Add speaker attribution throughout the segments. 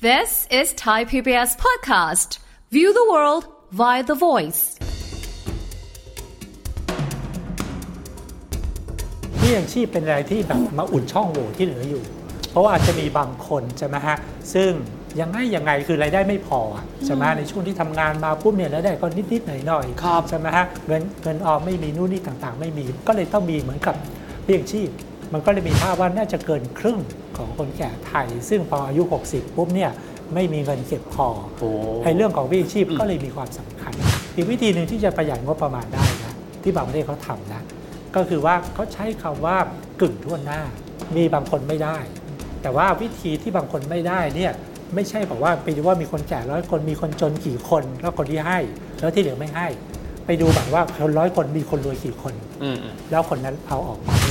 Speaker 1: This is Thai PBS podcast. View the world via the voice.
Speaker 2: เบี้ยยังชีพเป็นอะไรที่แบบมาอุ่นช่องโหว่ที่เหลืออยู่เพราะว่าอาจจะมีบางคนใช่ไหมฮะซึ่งยังไงคือรายได้ไม่พอใช่ไหมในช่วงที่ทำงานมาปุ๊บเนี่ยรายได้ก็นิดๆหน่อยๆใช่ไหมฮะเงินออมไม่มีนู่นนี่ต่างๆไม่มีก็เลยต้องมีเหมือนกับเบี้ยยังชีพมันก็เลยมีภาพว่าน่าจะเกินครึ่งของคนแก่ไทยซึ่งพออายุ60ปุ๊บเนี่ยไม่มีเงินเก็บพอไอ้เรื่องของเบี้ยยังชีพก็เลยมีความสำคัญอีกวิธีหนึ่งที่จะประหยัดงบประมาณได้นะที่บางประเทศเขาทำนะก็คือว่าเขาใช้คำว่ากึ่งทั่วหน้ามีบางคนไม่ได้แต่ว่าวิธีที่บางคนไม่ได้เนี่ยไม่ใช่บอกว่าไปดูว่ามีคนแก่100 คนมีคนจนกี่คนแล้วคนที่ให้แล้วที่เหลือไม่ให้ไปดูแบบว่าคน100 คนมีคนรวยกี่คนแล้วคนนั้นเอาออกมา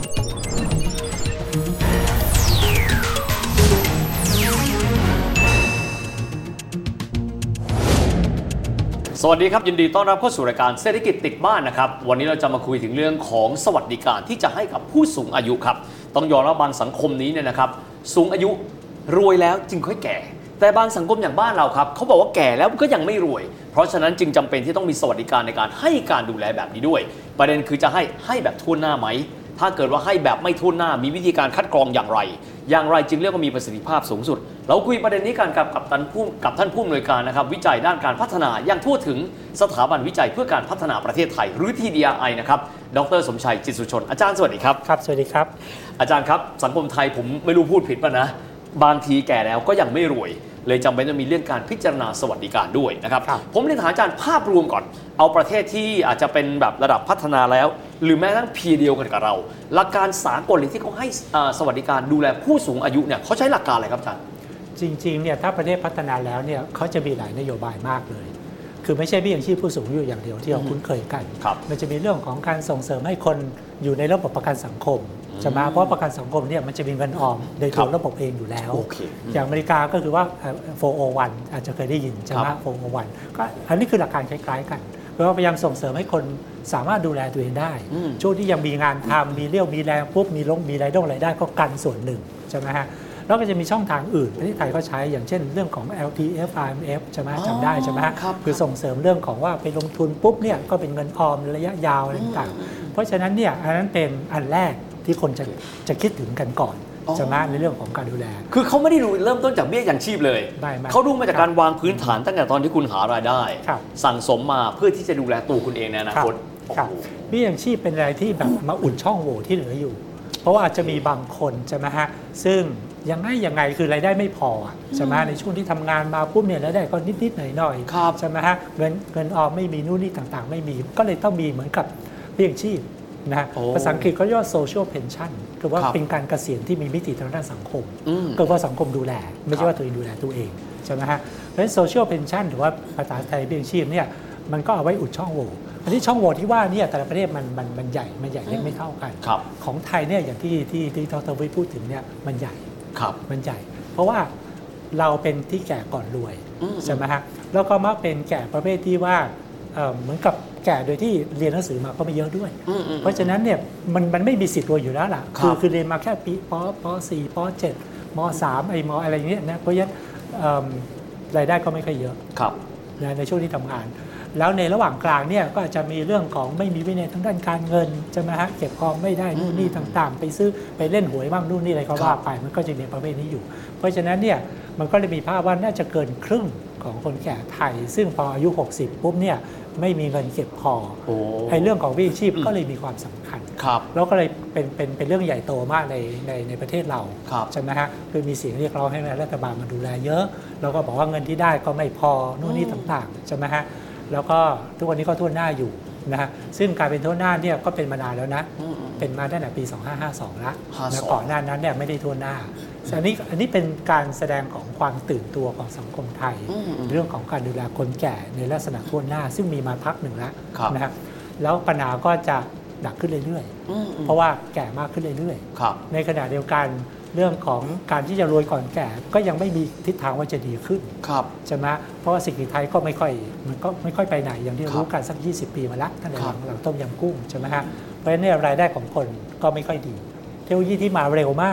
Speaker 3: สวัสดีครับยินดีต้อนรับเข้าสู่รายการเศรษฐกิจติดบ้านนะครับวันนี้เราจะมาคุยถึงเรื่องของสวัสดิการที่จะให้กับผู้สูงอายุครับต้องยอมรับบางสังคมนี้เนี่ยนะครับสูงอายุรวยแล้วจึงค่อยแก่แต่บางสังคมอย่างบ้านเราครับเขาบอกว่าแก่แล้วก็ยังไม่รวยเพราะฉะนั้นจึงจำเป็นที่ต้องมีสวัสดิการในการให้การดูแลแบบนี้ด้วยประเด็นคือจะให้แบบทั่วหน้าไหมถ้าเกิดว่าให้แบบไม่ทั่วหน้ามีวิธีการคัดกรองอย่างไรจึงเรียกว่ามีประสิทธิภาพสูงสุดเราคุยประเด็นนี้กันกับท่านผู้อำนวยการนะครับวิจัยด้านการพัฒนาอย่างทั่วถึงสถาบันวิจัยเพื่อการพัฒนาประเทศไทยหรือ TDRI นะครับดร.สมชัยจิตสุชนอาจารย์สวัสดีครับ
Speaker 2: ครับสวัสดีครับ
Speaker 3: อาจารย์ครับสังคมไทยผมไม่รู้พูดผิดป่ะนะบางทีแก่แล้วก็ยังไม่รวยเลยจำเป็นต้องมีเรื่องการพิจารณาสวัสดิการด้วยนะครับผมเรียนถามอาจารย์ภาพรวมก่อนเอาประเทศที่อาจจะเป็นแบบระดับพัฒนาแล้วหรือแม้กระทั่งพีเดียวกันกับเราหลักการสากลที่เขาให้สวัสดิการดูแลผู้สูงอายุเนี่ยเขาใช้หลักการอะไรครับอาจารย์
Speaker 2: จริงๆเนี่ยถ้าประเทศพัฒนาแล้วเนี่ยเขาจะมีหลายนโยบายมากเลยคือไม่ใช่เบี้ยยังชีพผู้สูงอายุอย่างเดียวที่เราคุ้นเคยกันมันจะมีเรื่องของการส่งเสริมให้คนอยู่ในระบบประกันสังคมใช่ไหมเพราะประกันสังคมเนี่ยมันจะมีเงินออมโดยตัวระบบเองอยู่แล้วอย่างอเมริกาก็คือว่า 401 อาจจะเคยได้ยินใช่ไหม 401 ก็อันนี้คือหลักการคล้ายๆกันเราพยายามส่งเสริมให้คนสามารถดูแลตัวเองได้ช่วงที่ยังมีงานทำมีเรี่ยวมีแรงปุ๊บมีรายได้ก็กันส่วนหนึ่งใช่ไหมฮะแล้วก็จะมีช่องทางอื่นประเทศไทยก็ใช้อย่างเช่นเรื่องของ LTF IMF ใช่ไหมจำได้ใช่ไหมคือส่งเสริมเรื่องของว่าไปลงทุนปุ๊บเนี่ยก็เป็นเงินออมระยะยาวอะไรต่างๆเพราะฉะนั้นเนี่ยอันนั้นเป็นอันแรกที่คนจะคิดถึงกันก่อนใช่ไหมในเรื่องของการดูแล
Speaker 3: คือเขาไม่ได้เริ่มต้นจากเบี้ยยังชีพเลยเขาดูมาจากการวางพื้นฐานตั้งแต่ตอนที่คุณหารายได้สั่งสมมาเพื่อที่จะดูแลตัวคุณเองในอนาคต
Speaker 2: เบี้ยยังชีพเป็นอะไรที่แบบมาอุ่นช่องโหว่ที่เหลืออยู่เพราะว่าอาจจะมีบางคนใช่ไหมฮะซึ่งยังไงคือรายได้ไม่พอใช่ไหมในช่วงที่ทำงานมาปุ๊บเนี่ยรายได้ก็นิดๆหน่อยๆใช่ไหมฮะเงินออมไม่มีนู่นนี่ต่างๆไม่มีก็เลยต้องมีเหมือนกับเบี้ยยังชีพนะภาษาอังกฤษเขาเรียกว่า social pension คือว่าเป็นการเกษียณที่มีมิติทางด้านสังคมก็ว่าสังคมดูแลไม่ใช่ว่าตัวเองดูแลตัวเองใช่ไหมฮะเพราะฉะนั้น social pension หรือว่าภาษาไทยเบี้ยยังชีพเนี่ยมันก็เอาไว้อุดช่องโหว่อันนี้ช่องโหว่ที่ว่าเนี่ยแต่ละประเทศมันใหญ่เล็กไม่เท่ากันของไทยเนี่ยอย่างที่ดร.วิพูดถึงเนี่ยมันใหญ่มันใหญ่เพราะว่าเราเป็นที่แก่ก่อนรวยใช่ไหมฮะแล้วก็มักเป็นแก่ประเภทที่ว่าเหมือนกับแก่โดยที่เรียนหนังสือมาก็ไม่เยอะด้วยเพราะฉะนั้นเนี่ยมันไม่มีสิทธิ์รวยอยู่แล้วล่ะคือเรียนมาแค่ปีป .4 ป .7 ม .3 มอะไรอย่างเงี้ยนะเพราะฉะนั้นรายได้ก็ไม่ค่อยเยอะในช่วงที่ทำงานแล้วในระหว่างกลางเนี่ยก็อาจจะมีเรื่องของไม่มีวินัยทางด้านการเงินใช่ไหมฮะเก็บออมไม่ได้นู่นนี่ต่างๆไปเล่นหวยบ้างนู่นนี่อะไรก็ว่าไปมันก็จะมีประเภทนี้อยู่เพราะฉะนั้นเนี่ยมันก็เลยมีภาพว่าน่าจะเกินครึ่งของคนแก่ไทยซึ่งพออายุ60ปุ๊บเนี่ยไม่มีเงินเก็บพอไอ้เรื่องของวิถีชีพก็เลยมีความสำคัญแล้วก็เลยเป็นเรื่องใหญ่โตมากในประเทศเราใช่ไหมฮะคือมีเสียงเรียกร้องให้รัฐบาลมาดูแลเยอะแล้วก็บอกว่าเงินที่ได้ก็ไม่พอนู่นนี่ต่างๆใช่ไหมฮะแล้วก็ทุกวันนี้ก็ทั่วหน้าอยู่นะฮะซึ่งการเป็นทั่วหน้าเนี่ยก็เป็นมานานแล้วนะเป็นมาตั้งแต่ปี2552แล้วก่อนหน้านั้นเนี่ยไม่ได้ทั่วหน้าอันนี้เป็นการแสดงของความตื่นตัวของสังคมไทยเรื่องของการดูแลคนแก่ในลักษณะทั่วหน้าซึ่งมีมาพักหนึ่งแล้วนะครับแล้วปัญหาก็จะหนักขึ้นเรื่อยๆเพราะว่าแก่มากขึ้นเรื่อยๆในขณะเดียวกันเรื่องของการที่จะรวยก่อนแก่ก็ยังไม่มีทิศทางว่าจะดีขึ้นใช่ไหมเพราะว่าเศรษฐกิจไทยก็ไม่ค่อยไปไหนอย่างที่รู้กันสัก20 ปีมาแล้วตั้งแต่หลังต้มยำกุ้งใช่ไหมฮะเพราะฉะนั้นรายได้ของคนก็ไม่ค่อยดีเทคโนโลยีที่มาเร็วมาก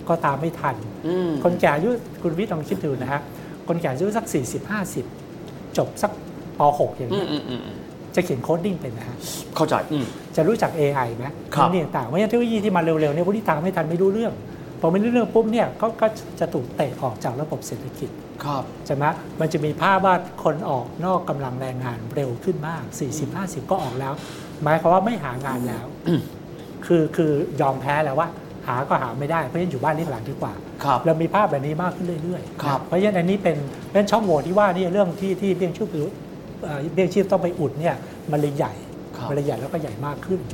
Speaker 2: ก็ตามไม่ทันคนแก่อายุคุณวิทย์ลองคิดดูนะฮะคนแก่อายุสัก40-50จบสักป .6 อย่างนี้จะเขียนโคดดิ้งเป็นนะฮะ
Speaker 3: เข้าใจ
Speaker 2: จะรู้จัก AI ไหมนี่ต่างๆเพราะฉะนั้นเทคโนโลยีที่มาเร็วๆเนี่ยพวกที่ตามไม่ทันไม่รู้เรื่องพอไม่รู้เรื่องปุ๊บเนี่ยก็จะถูกเตะออกจากระบบเศรษฐกิจใช่ไหมมันจะมีภาพว่าคนออกนอกกำลังแรงงานเร็วขึ้นมาก40-50ก็ออกแล้วหมายความว่าไม่หางานแล้วคือยอมแพ้แล้วว่าหาก็หาไม่ได้เพราะฉะนั้นอยู่บ้านเลี้ยงหลานดีกว่าเรามีภาพแบบนี้มากขึ้นเรื่อยๆเพราะฉะนั้นอันนี้เป็นช่องโหว่ที่ว่านี่เรื่องที่เบี้ยชีพต้องไปอุดเนี่ยมันเลยใหญ่แล้วก็ใหญ่มากขึ้น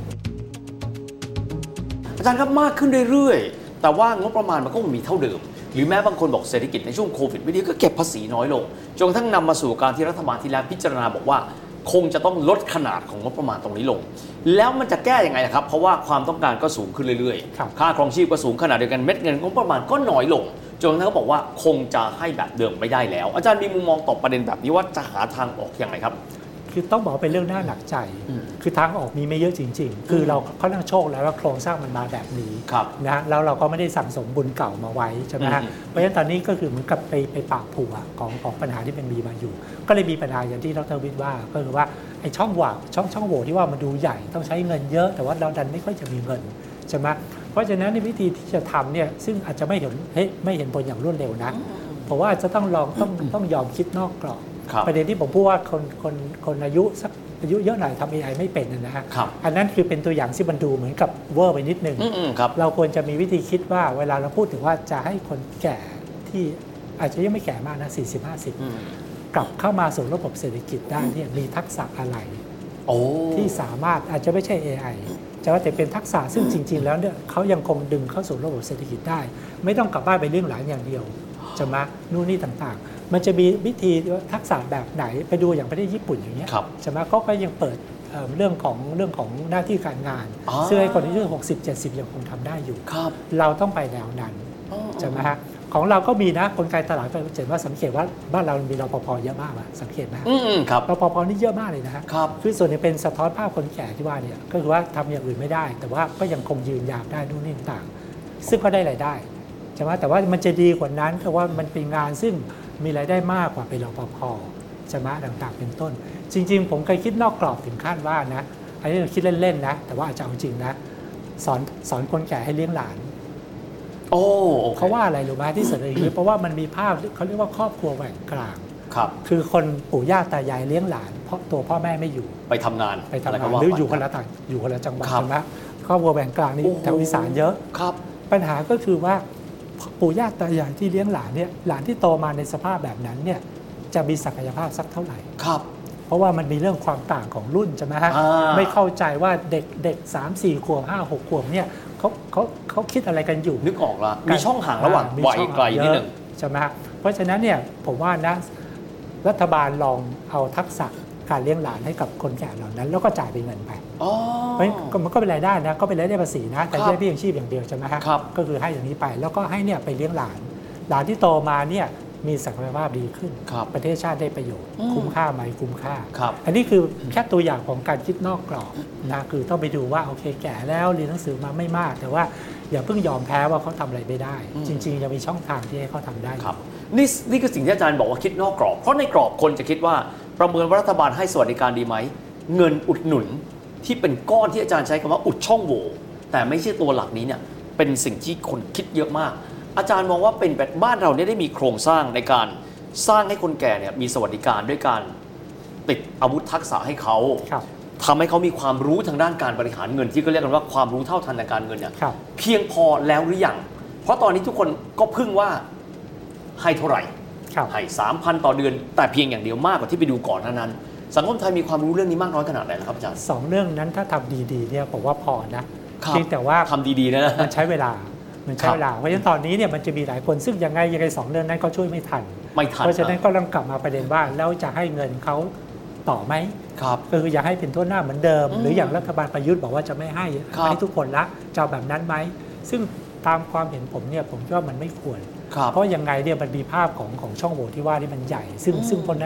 Speaker 3: อาจารย์ครับมากขึ้นเรื่อยๆแต่ว่างบประมาณมันก็มีเท่าเดิมหรือแม้บางคนบอกเศรษฐกิจในช่วงโควิดไม่ดีก็เก็บภาษีน้อยลงจนกระทั่งนำมาสู่การที่รัฐบาลที่แล้วพิจารณาบอกว่าคงจะต้องลดขนาดของงบประมาณตรงนี้ลงแล้วมันจะแก้ยังไงครับเพราะว่าความต้องการก็สูงขึ้นเรื่อยๆค่าครองชีพก็สูงขนาดเดียวกันเม็ดเงินงบประมาณก็น้อยลงจนกระทั่งเขาบอกว่าคงจะให้แบบเดิมไม่ได้แล้วอาจารย์มีมุมมองต่อประเด็นแบบนี้ว่าจะหาทางออกยังไงครับ
Speaker 2: คือต้องบอกเป็นเรื่องน่าหนักใจคือทางออกมีไม่เยอะจริงๆคือเราค่อนข้างโชคแล้วว่าโครงสร้างมันมาแบบนี้นะแล้วเราก็ไม่ได้สั่งสมบุญเก่ามาไว้ใช่ไหมฮะเพราะฉะนั้นตอนนี้ก็คือเหมือนกับไปปากผัวของปัญหาที่มันมีมาอยู่ก็เลยมีปัญหาอย่างที่ดร.วิทย์ว่าก็คือว่าไอ้ช่องโหว่ที่ว่ามันดูใหญ่ต้องใช้เงินเยอะแต่ว่าเราดันไม่ค่อยจะมีเงินใช่ไหมเพราะฉะนั้นในวิธีที่จะทำเนี่ยซึ่งอาจจะไม่เห็นผลอย่างรวดเร็วนะเพราะว่าจะต้องยอมคิดนอกกรอบประเด็นที่ผมพูดว่าคนอายุเยอะหน่อยทำ AI ไม่เป็นนะฮะอันนั้นคือเป็นตัวอย่างที่มันดูเหมือนกับเวอร์ไปนิดนึงเราควรจะมีวิธีคิดว่าเวลาเราพูดถึงว่าจะให้คนแก่ที่อาจจะยังไม่แก่มากนะ40-50กลับเข้ามาสู่ระบบเศรษฐกิจได้เนี่ยมีทักษะอะไรที่สามารถอาจจะไม่ใช่ AI จะว่าแต่เป็นทักษะซึ่งจริงๆแล้วเนี่ยเขายังคงดึงเข้าสู่ระบบเศรษฐกิจได้ไม่ต้องกลับบ้านไปเลี้ยงหลานอย่างเดียวจะมานู่นนี่ต่างๆมันจะมีวิธีทักษะแบบไหนไปดูอย่างประเทศญี่ปุ่นอย่างเงี้ยใช่ไหมเขาก็ยังเปิดเรื่องของหน้าที่การงานซึ่งให้คนที่อายุ60-70ยังคงทำได้อยู่เราต้องไปแนวนั้นใช่ไหมฮะของเราก็มีนะกลไกตลาดไปเห็นว่าสังเกตว่าบ้านเรามีรปภเยอะมากสังเกตไหมรปภนี่เยอะมากเลยนะฮะคือส่วนนี้เป็นสะท้อนภาพคนแก่ที่ว่าเนี่ยก็คือว่าทำอย่างอื่นไม่ได้แต่ว่าก็ยังคงยืนยามได้นู่นนี่ต่างซึ่งก็ได้รายได้ใช่ไหมแต่ว่ามันจะดีกว่านั้นเพราะว่ามันเป็นงานซึ่งมีรายได้มากกว่าเป็นรปภใช่ไหมต่างๆเป็นต้นจริงๆผมเคยคิดนอกกรอบถึงขั้นว่านะอันนี้เราคิดเล่นๆนะแต่ว่าอาจจะเอาจริงนะสอนคนแก่ให้เลี้ยงหลานเขาว่าอะไรรู้ไหมที่เสนออย่างนี้เพราะว่ามันมีภาพเขาเรียกว่าครอบครัวแหว่งกลางคือคนปู่ย่าตายายเลี้ยงหลานเพราะตัวพ่อแม่ไม่อยู่
Speaker 3: ไปทำงาน
Speaker 2: หรืออยู่คนละจังหวัดใช่ไหมครอบครัวแหว่งกลางนี่แถวอีสานเยอะปัญหาก็คือว่าปู่ย่าตายายที่เลี้ยงหลานเนี่ยหลานที่โตมาในสภาพแบบนั้นเนี่ยจะมีศักยภาพสักเท่าไหร่เพราะว่ามันมีเรื่องความต่างของรุ่นใช่ไหมฮะไม่เข้าใจว่าเด็ก3-4 ขวบ 5-6 ขวบเนี่ยเขาคิดอะไรกันอยู่
Speaker 3: นึกออกละมีช่องห่างระหว่างวัยไกลนิดนึง
Speaker 2: ใช่ไหมฮะเพราะฉะนั้นเนี่ยผมว่านะรัฐบาลลองเอาทักษะการเลี้ยงหลานให้กับคนแก่เหล่านั้นแล้วก็จ่ายเป็นเงินไปเพราะมันก็เป็นรายได้นะก็เป็นรายได้ภาษีนะแต่ไม่ได้เบี้ยยังชีพอย่างเดียวใช่ไหมฮะก็คือให้อย่างนี้ไปแล้วก็ให้เนี่ยไปเลี้ยงหลานที่โตมาเนี่ยมีศักยภาพดีขึ้นประเทศชาติได้ประโยชน์คุ้มค่าไหมคุ้มค่าอันนี้คือแค่ตัวอย่างของการคิดนอกกรอบนะคือต้องไปดูว่าโอเคแก่แล้วเรียนหนังสือมาไม่มากแต่ว่าอย่าเพิ่งยอมแพ้ว่าเขาทำอะไรไม่ได้จริงๆยังมีช่องทางที่ให้เขาทำได้
Speaker 3: ครับนี่คือสิ่งที่อาจารย์บอกว่าคิดนอกกรอบเพราะในกรอบคนจะคิดว่าประเมินว่ารัฐบาลให้สวัสดิการดีไหมเงินอุดหนุนที่เป็นก้อนที่อาจารย์ใช้คำว่าอุดช่องโหว่แต่ไม่ใช่ตัวหลักนี้เนี่ยเป็นสิ่งที่คนคิดเยอะมากอาจารย์มองว่าเป็นแบบบ้านเราเนี่ยได้มีโครงสร้างในการสร้างให้คนแก่เนี่ยมีสวัสดิการด้วยการติดอาวุธทักษะให้เขาทำให้เขามีความรู้ทางด้านการบริหารเงินที่ก็เรียกกันว่าความรู้เท่าทันทางการเงินเนี่ยเพียงพอแล้วหรือยังเพราะตอนนี้ทุกคนก็พึ่งว่าให้เท่าไหร่ให้ 3,000 ต่อเดือนแต่เพียงอย่างเดียวมากกว่าที่ไปดูก่อนนั้นสังคมไทยมีความรู้เรื่องนี้มากน้อยขนาดไหนครับอาจารย์
Speaker 2: 2 เรื่องนั้นถ้าทำดีๆเนี่ยผมว่าพอนะเพียงแต่ว่า
Speaker 3: ทำดีๆนะ
Speaker 2: มันใช้เวลาเพราะฉะนั้นตอนนี้เนี่ยมันจะมีหลายคนซึ่งยังไง2 เรื่องนั้นก็ช่วยไม่ทันเพราะฉะนั้นก็ต้องกลับมาประเด็นว่าแล้วจะให้เงินเขาต่อไหมก็คืออยากให้เป็นทั่วหน้าเหมือนเดิมหรืออย่างรัฐบาลประยุทธ์บอกว่าจะไม่ให้ทุกคนละจะแบบนั้นไหมซึ่งตามความเห็นผมเนี่ยผมว่ามันไม่ควรเพราะยังไงเนี่ยมันมีภาพของช่องโหว่ที่ว่าที่มันใหญ่ซึ่งคนนั้น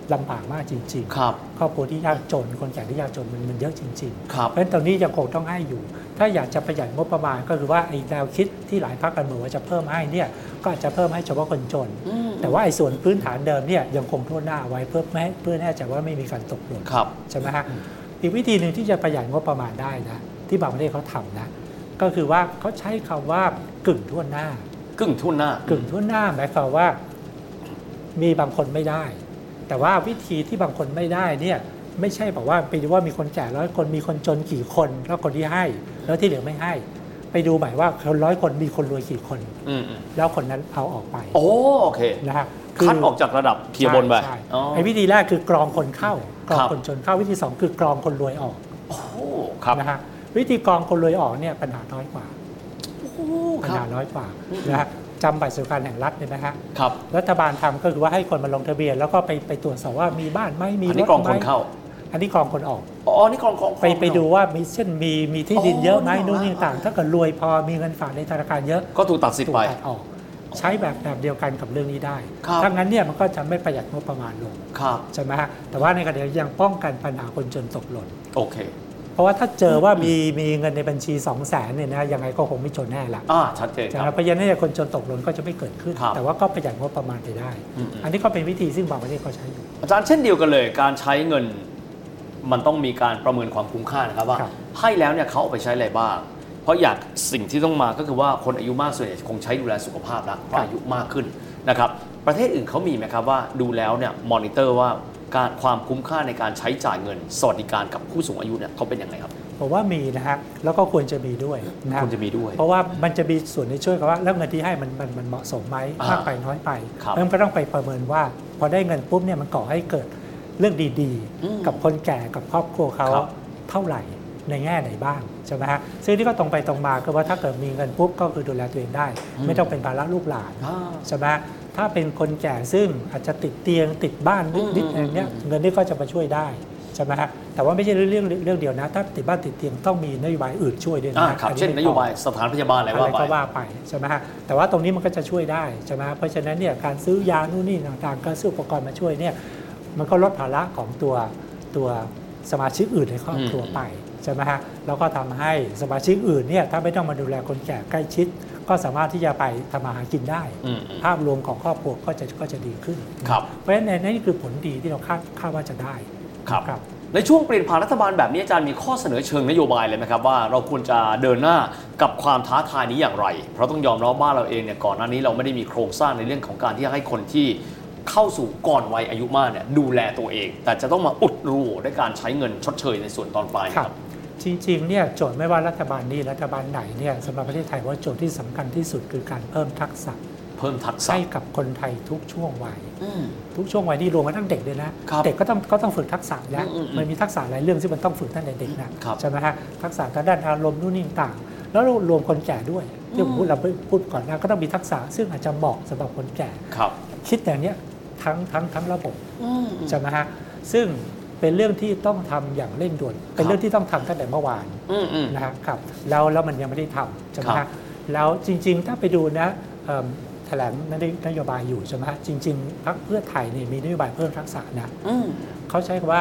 Speaker 2: ลำบากมากจริง
Speaker 3: ครับ
Speaker 2: ครอบครัวที่ยากจนคนแก่ที่ยากจนมันเยอะจริงๆ
Speaker 3: ครับ
Speaker 2: เพราะฉะนั้นตรงนี้ยังคงต้องให้อยู่ถ้าอยากจะประหยัดงบประมาณก็คือว่าไอ้แนวคิดที่หลายพรรคการเมืองว่าจะเพิ่มให้เนี่ยก็อาจจะเพิ่มให้เฉพาะคนจน แต่ว่าไอ้ส่วนพื้นฐานเดิมเนี่ยยังคงทั่วหน้าไว้เพื่อแน่ใจว่าไม่มีการตกหล่น
Speaker 3: ครับ
Speaker 2: ใช่ไหมฮะอีกวิธีหนึ่งที่จะประหยัดงบประมาณได้นะที่บางประเทศเขาทำนะก็คือว่าเขาใช้คำว่ากึ่งทั่วหน้า
Speaker 3: กึ่งทุนหน้า
Speaker 2: กึ่งทั่วหน้าหมายความว่ามีบางคนไม่ได้ แต่ว่าวิธีที่บางคนไม่ได้เนี่ยไม่ใช่บอกว่าไปดูว่ามีคนแก่100 คนมีคนจนกี่คนแล้วคนที่ให้แล้วที่เหลือไม่ให้ ไปดูหมายว่าคน100 คนมีคนรวยกี่คนแล้วคนนั้นเอาออกไป
Speaker 3: โอเค
Speaker 2: นะฮะ
Speaker 3: คัดออกจากระดับเทียบนไป
Speaker 2: ไอ้วิธีแรกคือกรองคนเข้ากรองคนจนเข้าวิธี2คือกรองคนรวยออกนะฮะวิธีกรองคนรวยออกเนี่ยปัญหาน้อยกว่าปัญหาน้อยกว่านะฮะจำบัตรสวัสดิการแห่งรัฐเนี่ยนะฮะรัฐบาลทำก็คือว่าให้คนมาลงทะเบียนแล้วก็ไปตรวจสอบว่ามีบ้านไหมมีรถไหมอันนี้
Speaker 3: กรองคนเข้า
Speaker 2: อันนี้กรองคนออก
Speaker 3: นี่กรอง
Speaker 2: ไปดูว่ามีเช่นมีที่ดินเยอะไหมนู่นนี่ต่างถ้าเกิดรวยพอมีเงินฝากในธนาคารเยอะ
Speaker 3: ก็ถูกตัดสิทธิ์ไป
Speaker 2: ออกใช้แบบเดียวกันกับเรื่องนี้ได้ถ้างั้นเนี่ยมันก็จะไม่ประหยัดงบประมาณลงใช่ไหมฮะแต่ว่าในขณะเดียวกันยังป้องกันปัญหาคนจนตกหล่น
Speaker 3: โอเค
Speaker 2: เพราะว่าถ้าเจอว่ามีเงินในบัญชี 200,000 เนี่ยนะยังไงก็คงไม่จนแน่ละ
Speaker 3: ชัดเจน
Speaker 2: ครับเพราะฉะนั้นคนจนตกหล่นก็จะไม่เกิดขึ้นแต่ว่าก็ประหยัดงบประมาณไปได้อันนี้ก็เป็นวิธีซึ่งบางประเทศเขาใช้อยู่
Speaker 3: อาจารย์เช่นเดียวกันเลยการใช้เงินมันต้องมีการประเมินความคุ้มค่านะครับว่าให้แล้วเนี่ยเขาเอาไปใช้อะไรบ้างเพราะสิ่งที่ต้องมาก็คือว่าคนอายุมากส่วนใหญ่คงใช้ดูแลสุขภาพแล้วเพราะอายุมากขึ้นนะครับประเทศอื่นเขามีไหมครับว่าดูแล้วเนี่ยมอนิเตอร์ว่าการความคุ้มค่าในการใช้จ่ายเงินสวัสดิการกับผู้สูงอายุเนี่ยเขาเป็นยังไงครับ
Speaker 2: ผมว่ามีนะฮะแล้วก็ควรจะมีด้วยนะ
Speaker 3: ควรจะมีด้วย
Speaker 2: เพราะว่ามันจะมีส่วนในช่วยกับว่าแล้วเงินที่ให้มันเหมาะสมไหมมากไปน้อยไปมันก็ต้องไปประเมินว่าพอได้เงินปุ๊บเนี่ยมันก่อให้เกิดเรื่องดีๆกับคนแก่กับครอบครัวเขาเท่าไหร่ในแง่ไหนบ้างใช่ไหมฮะซึ่งที่ก็ตรงไปตรงมาคือว่าถ้าเกิดมีเงินปุ๊บก็คือดูแลตัวเองได้ไม่ต้องเป็นภาระลูกหลานใช่ไหมถ้าเป็นคนแก่ซึ่งอาจจะติดเตียงติดบ้านนิดๆอะไรเนี้ยเงินนี้ก็จะมาช่วยได้ใช่ไหมฮะแต่ว่าไม่ใช่เรื่องเดียวนะถ้าติดบ้านติดเตียงต้องมีนโยบายอื่นช่วยด้วย
Speaker 3: นะครับเช่นนโยบายสถานพยาบาลอะไร
Speaker 2: ก็ว่าไปใช่ไหมฮะแต่ว่าตรงนี้มันก็จะช่วยได้ใช่ไหมเพราะฉะนั้นเนี่ยการซื้อยานู่นนี่ต่างๆการซื้ออุปกรณ์มาช่วยเนี่ยมันก็ลดภาระของตัวสมาชิกอื่นในครอบครัวไปใช่ไหมฮะแล้วก็ทำให้สมาชิกอื่นเนี่ยถ้าไม่ต้องมาดูแลคนแก่ใกล้ชิดก็สามารถที่จะไปทำมาหากินได้ภาพรวมของครอบครัวก็จะดีขึ้นเพราะฉะนั้นนี่คือผลดีที่เราคาดว่าจะได้
Speaker 3: ครับในช่วงเปลี่ยนผ่านรัฐบาลแบบนี้อาจารย์มีข้อเสนอเชิงนโยบายเลยไหมครับว่าเราควรจะเดินหน้ากับความท้าทายนี้อย่างไรเพราะต้องยอมรับบ้านเราเองเนี่ยก่อนหน้านี้เราไม่ได้มีโครงสร้างในเรื่องของการที่จะให้คนที่เข้าสู่ก่อนวัยอายุมากเนี่ยดูแลตัวเองแต่จะต้องมาอุดรูด้วยการใช้เงินชดเชยในส่วนตอนปลายครับ
Speaker 2: จริงๆเนี่ยโจทย์ไม่ว่ารัฐบาลนี้รัฐบาลไหนเนี่ยสำหรับประเทศไทยว่าโจทย์ที่สำคัญที่สุดคือการเพิ่มทักษะให้กับคนไทยทุกช่วงวัยทุกช่วงวัยนี่รวมกันตั้งเด็กเลยนะเด็กก็ต้องฝึกทักษะแล้วมันมีทักษะหลายเรื่องที่มันต้องฝึกตั้งแต่เด็กนะใช่ไหมฮะทักษะทางด้านอารมณ์นู่นนี่ต่างแล้วรวมคนแก่ด้วยที่ผมพูดก่อนนะก็ต้องมีทักษะซึ่งอาจจะเหมาะสำหรับคนแก่คิดอย่างนี้ทั้งระบบใช่ไหมฮะซึ่งเป็นเรื่องที่ต้องทำอย่างเร่งด่วนเป็นเรื่องที่ต้องทำตั้งแต่เมื่อวานนะครับแล้วมันยังไม่ได้ทำใช่ไหมฮะแล้วจริงๆถ้าไปดูนะแถลงนโยบายอยู่ใช่ไหมฮะจริงๆพรรคเพื่อไทยนี่มีนโยบายเพิ่มทักษะนะเขาใช้คำว่า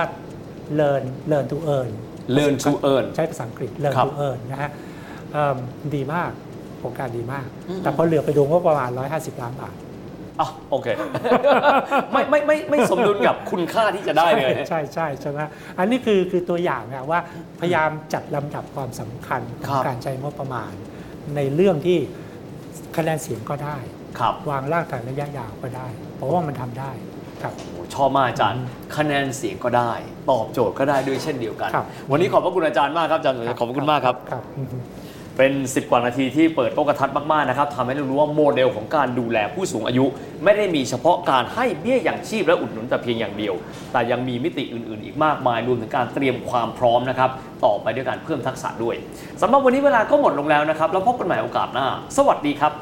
Speaker 2: learn to earn ใช้ภาษาอังกฤษ learn to earn นะฮะดีมากโครงการดีมากแต่พอเหลือไปดูงบประมาณ150 ล้านบาท
Speaker 3: โอเค ไม่สมดุลกับคุณค่าที่จะได้เลย
Speaker 2: ใช่ไหมอันนี้คือตัวอย่างนะว่าพยายามจัดลำดับความสำคัญของการใช้งบประมาณในเรื่องที่คะแนนเสียงก็ได้วางรากฐานระยะยาวก็ได้เพราะว่ามันทำได้ครับ
Speaker 3: ชอบมากอาจารย์คะแนนเสียงก็ได้ตอบโจทย์ก็ได้ด้วยเช่นเดียวกันวันนี้ขอบพระคุณอาจารย์มากครับอาจารย์ขอบพระคุณมากครับเป็น10 กว่านาทีที่เปิดโต๊ะกระทัดมากๆนะครับทำให้เรารู้ว่าโมเดลของการดูแลผู้สูงอายุไม่ได้มีเฉพาะการให้เบี้ยยังชีพและอุดหนุนแต่เพียงอย่างเดียวแต่ยังมีมิติอื่นๆอีกมากมายรวมถึงการเตรียมความพร้อมนะครับต่อไปด้วยการเพิ่มทักษะด้วยสำหรับวันนี้เวลาก็หมดลงแล้วนะครับแล้วพบกันใหม่โอกาสหน้าสวัสดีครับ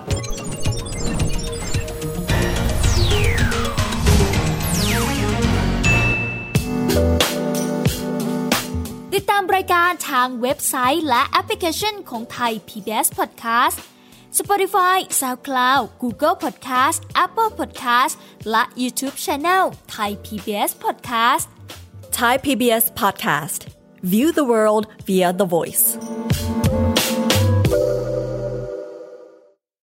Speaker 1: ติดตามรายการทางเว็บไซต์และแอปพลิเคชันของไทย PBS Podcast
Speaker 4: Spotify, SoundCloud, Google Podcast, Apple Podcast และ YouTube Channel Thai PBS Podcast
Speaker 5: Thai PBS Podcast. View the world via the voice.